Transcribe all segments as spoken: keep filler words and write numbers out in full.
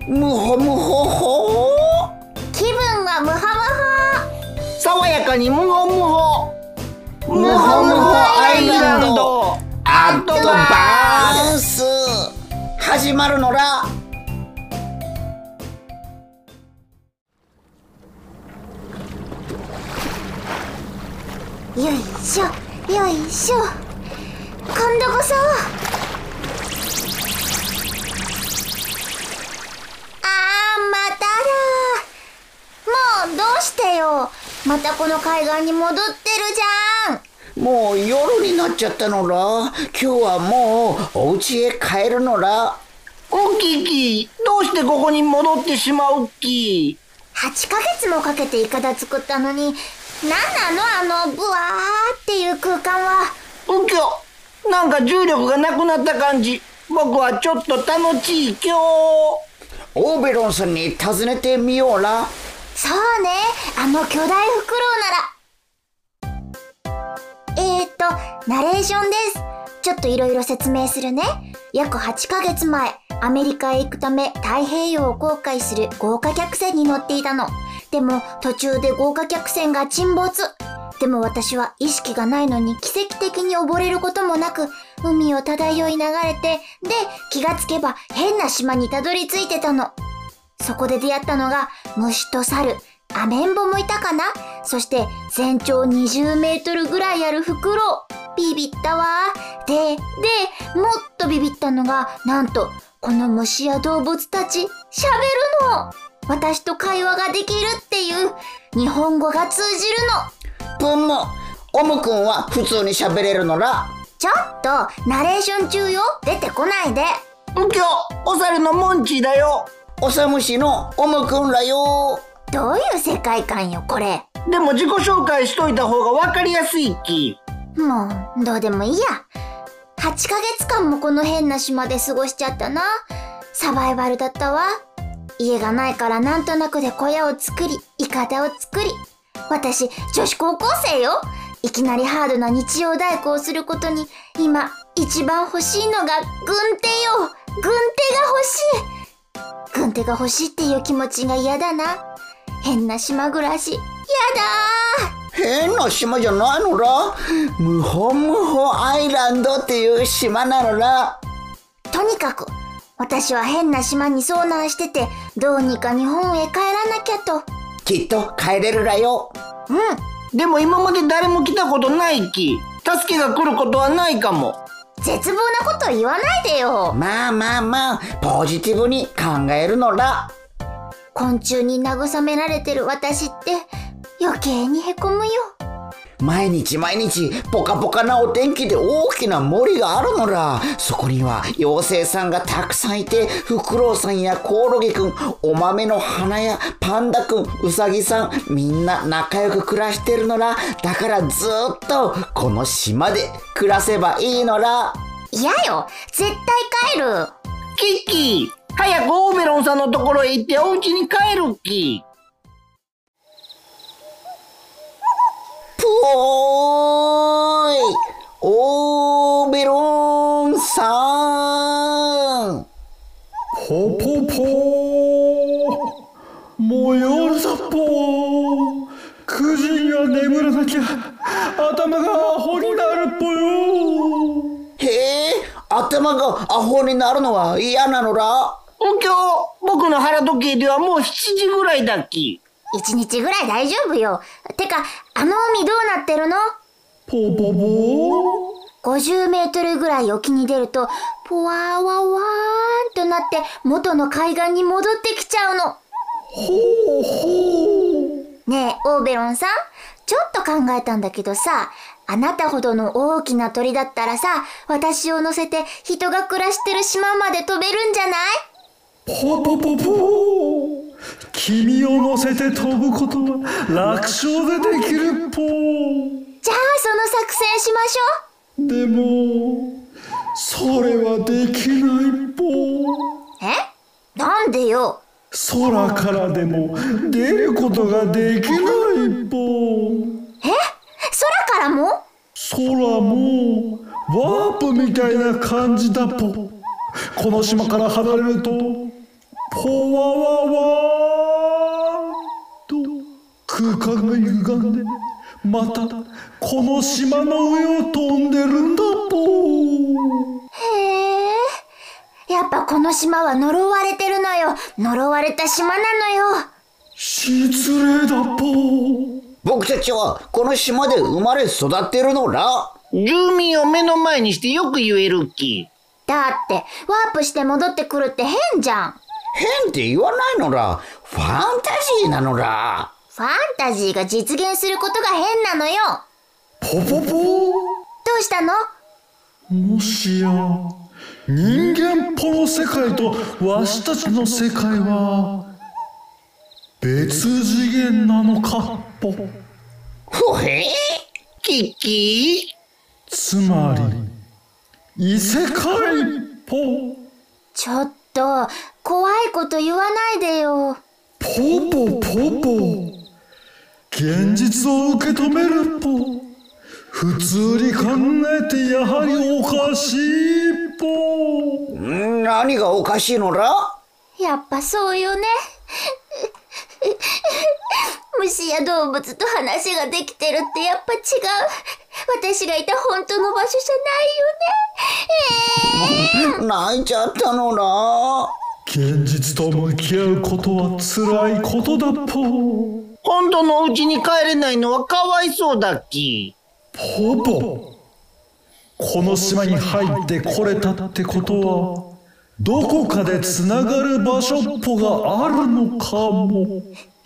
むほむほほ。 気分がムハムハ。 爽やかにムホムホ。 ムホムホアイランドアドバンス始まるのら。 よいしょよいしょ。今度こそ。あーまただ。もうどうしてよ。またこの海岸に戻ってるじゃん。 もう夜になっちゃったのら。今日はもうお家へ帰るのら。 おきき、どうしてここに戻ってしまうっき。 はちかげつもかけてイカダ作ったのに、なんなのあのブワーっていう空間は。 うきょ、なんか重力がなくなった感じ。僕はちょっと楽しい今日。 オーベロンさんに尋ねてみようら。 そうね、あの巨大フクロウなら。えーと、ナレーションです。ちょっといろいろ説明するね。約はちかげつまえ、アメリカへ行くため太平洋を航海する豪華客船に乗っていたの。でも途中で豪華客船が沈没。でも私は意識がないのに奇跡的に溺れることもなく、海を漂い流れて、で、気がつけば変な島にたどり着いてたの。そこで出会ったのが虫と猿、アメンボもいたかな。そして全長にじゅうメートルぐらいあるフクロウ。ビビったわ。で、で、もっとビビったのが、なんとこの虫や動物たち喋るの。私と会話ができるっていう日本語が通じるの。 ぷんも、オムくんは普通に喋れるのら。 ちょっとナレーション中よ。出てこないで。 うきょ、お猿のモンチーだよ。 おさむしのオムくんらよ。 どういう世界観よこれ。 でも自己紹介しといた方がわかりやすいっき。 もうどうでもいいや。はちかげつかんもこの変な島で過ごしちゃったな。サバイバルだったわ。家がないからなんとなくで小屋を作り、イカダを作り。私女子高校生よ。いきなりハードな日曜大工をすることに今一番欲しいのが軍手よ。軍手が欲しい。軍手が欲しいっていう気持ちが嫌だな。変な島暮らし嫌だー。変な島じゃないのら。ムホムホアイランドっていう島なのら。 とにかく私は変な島に遭難してて、どうにか日本へ帰らなきゃと。 きっと帰れるらよ。 うん。 でも今まで誰も来たことないっき。助けが来ることはないかも。 絶望なこと言わないでよ。 まあまあまあ、ポジティブに考えるのら。 昆虫に慰められてる私って余計にへこむよ。 毎日毎日ポカポカなお天気で大きな森があるのら。そこには妖精さんがたくさんいて、フクロウさんやコオロギくん、お豆の花やパンダくん、ウサギさん、みんな仲良く暮らしてるのら。だからずっとこの島で暮らせばいいのら。 嫌よ、絶対帰る。 キッキー、早くオーベロンさんのところへ行ってお家に帰るっき。 ぷおーい、オーベロンさん。 ポポポー、もう夜だっぽー。くじには眠らなきゃ頭がアホになるっぽよ。 へえ、頭がアホになるのは嫌なのら。 おきょ、僕の腹時計ではもうしちじぐらいだっき。 一日ぐらい大丈夫よ。てか、あの海どうなってるの？ ポポポー、 ごじゅうメートルぐらい沖に出ると、ポワーワワーンとなって元の海岸に戻ってきちゃうの。 ほうほう。 ねえ、オーベロンさん、ちょっと考えたんだけどさ、あなたほどの大きな鳥だったらさ、私を乗せて人が暮らしてる島まで飛べるんじゃない？ ポポポポー、君を乗せて飛ぶことは楽勝でできるっぽー。 じゃあその作戦しましょう。 でもそれはできないっぽー。 え？なんでよ？ 空からでも出ることができないっぽー。 え？空からも？ 空もワープみたいな感じだっぽ。この島から離れるとポほわわわと空間が歪んでまたこの島の上を飛んでるんだぽ。 へえ、やっぱこの島は呪われてるのよ。呪われた島なのよ。 失礼だぽ。 僕たちはこの島で生まれ育ってるのら。 住民を目の前にしてよく言えるき。 だってワープして戻ってくるって変じゃん。 変って言わないのら。ファンタジーなのら。 ファンタジーが実現することが変なのよ。 ポポポ。 どうしたの？ もしや人間ぽの世界とわしたちの世界は別次元なのかぽ。 ほへ。 キキ。 つまり異世界ぽ。 ちょっと怖いこと言わないでよ。 ポポポポ。現実を受け止めるぽ。普通に考えてやはりおかしいぽ。 何がおかしいのら。 やっぱそうよね。虫や動物と話ができてるってやっぱ違う。私がいた本当の場所じゃないよね。えー、 泣いちゃったのら。 現実と向き合うことは辛いことだぽ。 本当のお家に帰れないのはかわいそうだっき。 ポポ。この島に入ってこれたってことはどこかでつながる場所っぽがあるのかも。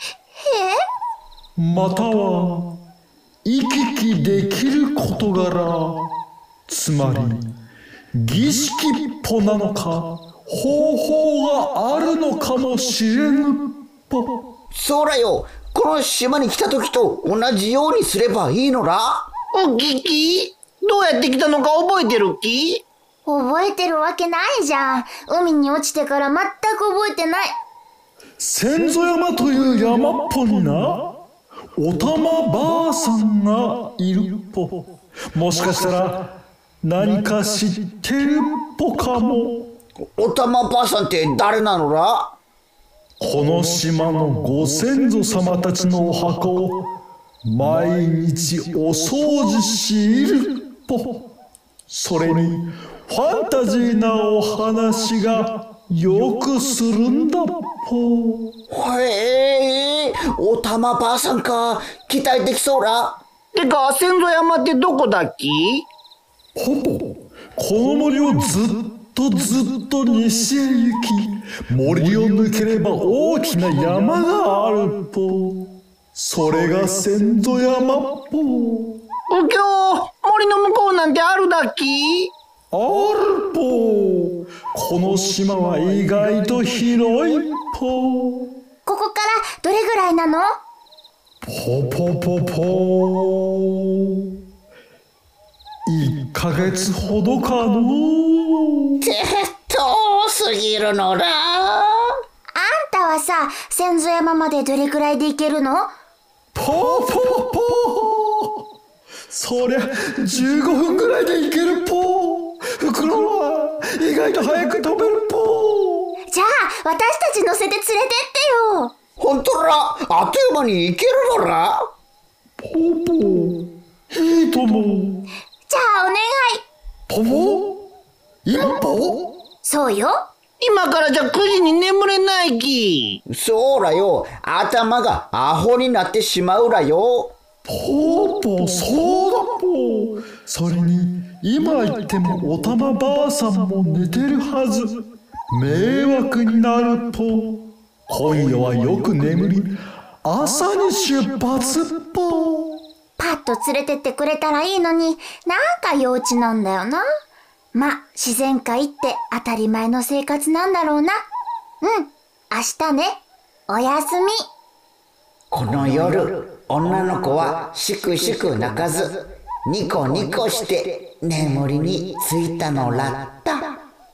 または行き来できる事柄、つまり儀式っぽなのか方法があるのかもしれぬっぽ。 そうらよ。この島に来た時と同じようにすればいいのら。 おキキ、どうやって来たのか覚えてるき？ 覚えてるわけないじゃん。海に落ちてから全く覚えてない。 先祖山という山っぽにな、おたまばあさんがいるっぽ。もしかしたら何か知ってるっぽかも。 おたまばあさんって誰なのら。 この島のご先祖様たちのお墓を毎日お掃除しいるっぽ。それにファンタジーなお話がよくするんだっぽ。 へえ、おたまばあさんか。期待できそうら。 てか先祖山ってどこだっき？ ポポ、この森をずっとずっと西へ行き、森を抜ければ大きな山があるっぽ。それが先祖山っぽ。 右京、森の向こうなんてあるだっき？ あるぽ。この島は意外と広いぽ。 ここからどれぐらいなの？ ポポポポ。いっかげつほどかの。 て遠すぎるのら。 あんたはさ、先祖山までどれぐらいで行けるの？ ポポポ。そりゃじゅうごふんぐらいで行けるぽ。フクロウは意外と早く飛べるぽ。 じゃあ私たち乗せて連れてってよ。 ほんとら、あっという間に行けるのら。 ポポ、いいとも。 じゃあお願い。 ポポ、今ぽ？ そうよ。 今からじゃくじに眠れないき。 そうらよ。頭がアホになってしまうらよ。 ポポ、そうだぽ。それに今言ってもおたまばあさんも寝てるはず。迷惑になるぽ。今夜はよく眠り、朝に出発っぽ。 パッと連れてってくれたらいいのに、なんか幼稚なんだよな。ま、自然界って当たり前の生活なんだろうな。うん、明日ね。おやすみ。 この夜、女の子はしくしく泣かず、ニコニコして眠りについたのらった。よく寝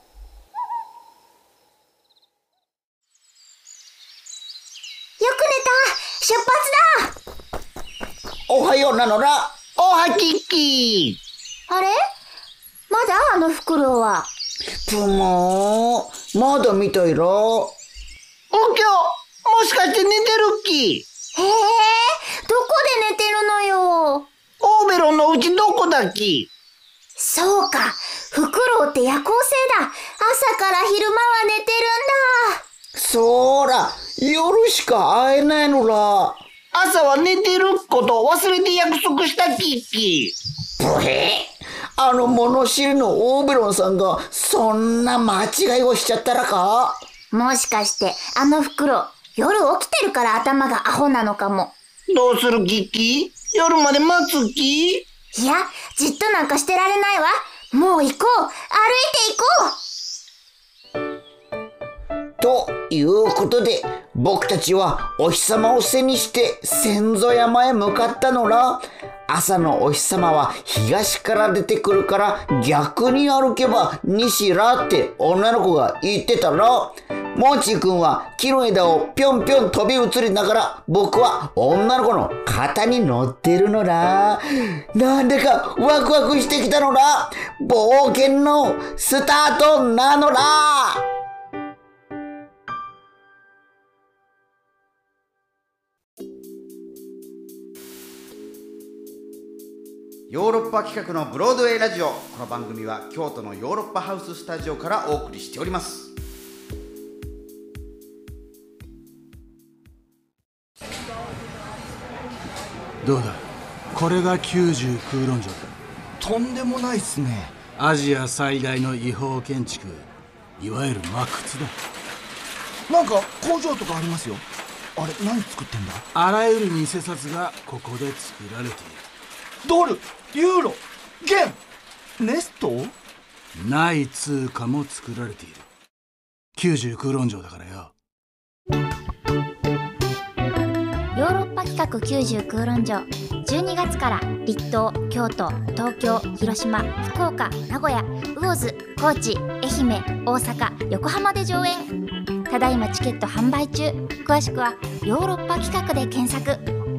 た！出発だ！ おはようなのら。 おはキッキー。 あれ？まだあのフクロウは。 ぷもー、まだ見といろ。 おきょ、もしかして寝てるっき？ へえ、どこで寝てるのよ。 オーベロンのうちどこだっき？ そうか、フクロウって夜行性だ。朝から昼間は寝てるんだ。 そら、夜しか会えないのら。 朝は寝てること忘れて約束したっきっき。 ブヘあの物知りのオーベロンさんがそんな間違いをしちゃったらか？ もしかしてあのフクロウ、夜起きてるから頭がアホなのかも。 どうするきっき？夜まで待つき？ いや、じっとなんかしてられないわ。もう行こう。歩いて行こう。ということで、僕たちはお日様を背にして先祖山へ向かったのら。朝のお日様は東から出てくるから逆に歩けば西らって女の子が言ってたら、モーチーくんは木の枝をぴょんぴょん飛び移りながら、僕は女の子の肩に乗ってるのら。なんでかワクワクしてきたのら。冒険のスタートなのら。ヨーロッパ企画のブロードウェイラジオ。この番組は京都のヨーロッパハウススタジオからお送りしております。 どうだ、これがきゅうじゅう空論城だ。 とんでもないっすね。 アジア最大の違法建築、いわゆる魔窟だ。 なんか工場とかありますよ。あれ、何作ってんだ？ あらゆる偽札がここで作られている。 ドル、ユーロ、元、ネスト？ ない通貨も作られている。きゅうじゅう空論城だからよ。 ヨーロッパ企画きゅうじゅう空論城、じゅうにがつから立東、京都、東京、広島、福岡、名古屋、魚津、高知、愛媛、大阪、横浜で上演。ただいまチケット販売中。詳しくはヨーロッパ企画で検索。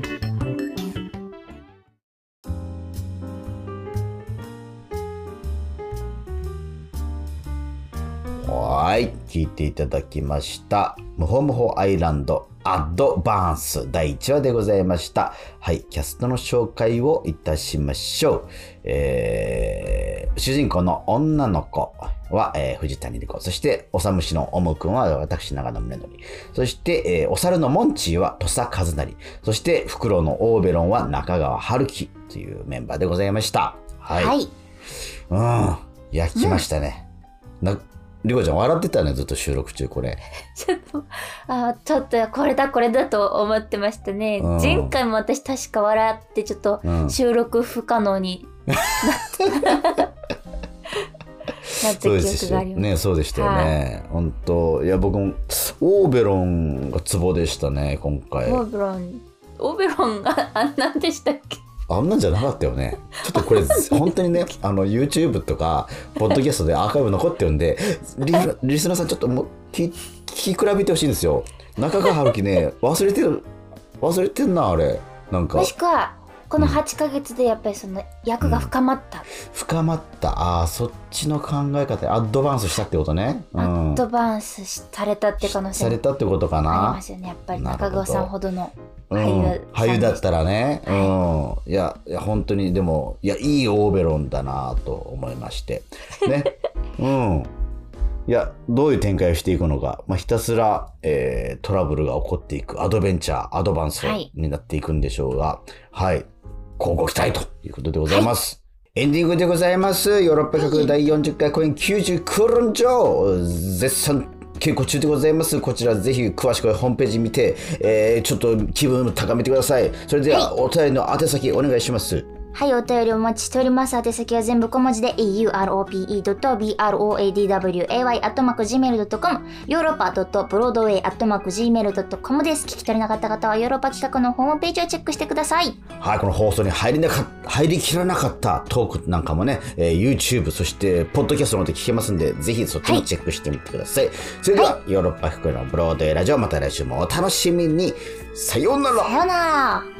はい、聞いていただきました。ムホムホアイランドアドバンスだいいちわでございました。はい、キャストの紹介をいたしましょう。えー、主人公の女の子は、えー、藤谷莉子。そして、おさむしのオムくんは私、長野宗則。そして、えー、お猿のモンチーは土佐和成。そして、フクロウのオーベロンは中川春樹というメンバーでございました。はい。はい、うん。いや、来ましたね。うん、なリコちゃん笑ってたね、ずっと収録中これ。 ちょっと、あ、ちょっとこれだこれだと思ってましたね。うん、前回も私確か笑ってちょっと収録不可能になった、うん、なった記憶があります。 ね、そうでしたよね。はい、本当、いや僕もオーベロンがツボでしたね今回。 オーベロン、オーベロンがあんなんでしたっけ？ あんなんじゃなかったよね。ちょっとこれ本当にね、あの YouTube とかポッドキャストでアーカイブ残ってるんで、リ, リスナーさんちょっともう聞, 聞き比べてほしいんですよ。中川春樹ね、忘れてる忘れてんなあれ。なんか。 もしくはこのはちかげつでやっぱりその役が深まった。うん、 深まった。ああ、そっちの考え方、アドバンスしたってことね。 うん、アドバンスされたって可能性されたってことかな。 ありますよね。やっぱり中川さんほどの。 俳優、うん、俳優だったらね、はい、うん、いやいや本当にでもいやいいオーベロンだなと思いましてね、うん、いやどういう展開をしていくのか、まあ、ひたすら、えー、トラブルが起こっていくアドベンチャーアドバンスになっていくんでしょうが、はい、乞うご期待ということでございます。はい、エンディングでございます。ヨーロッパ企画だいよんじゅっかい公演きゅうじゅう空論城絶賛稽古中でございます。こちらぜひ詳しくホームページ見て、えー、ちょっと気分を高めてください。それではお便りの宛先お願いします。 はい、お便りお待ちしております。宛先は全部小文字で ユーアールオーピーイードットブロードウェイアットマークジーメールドットコム ヨーロッパ ブロードウェイアットマークジーメールドットコム です。聞き取れなかった方はヨーロッパ企画のホームページをチェックしてください。 はい、この放送に入りなか入りきらなかったトークなんかもね、えー、YouTube そしてポッドキャストので聞けますんで、ぜひそっちもチェックしてみてください。はい、それでは、はい、ヨーロッパ企画のブロードウェイラジオ、また来週もお楽しみに。さようなら。 さようなら。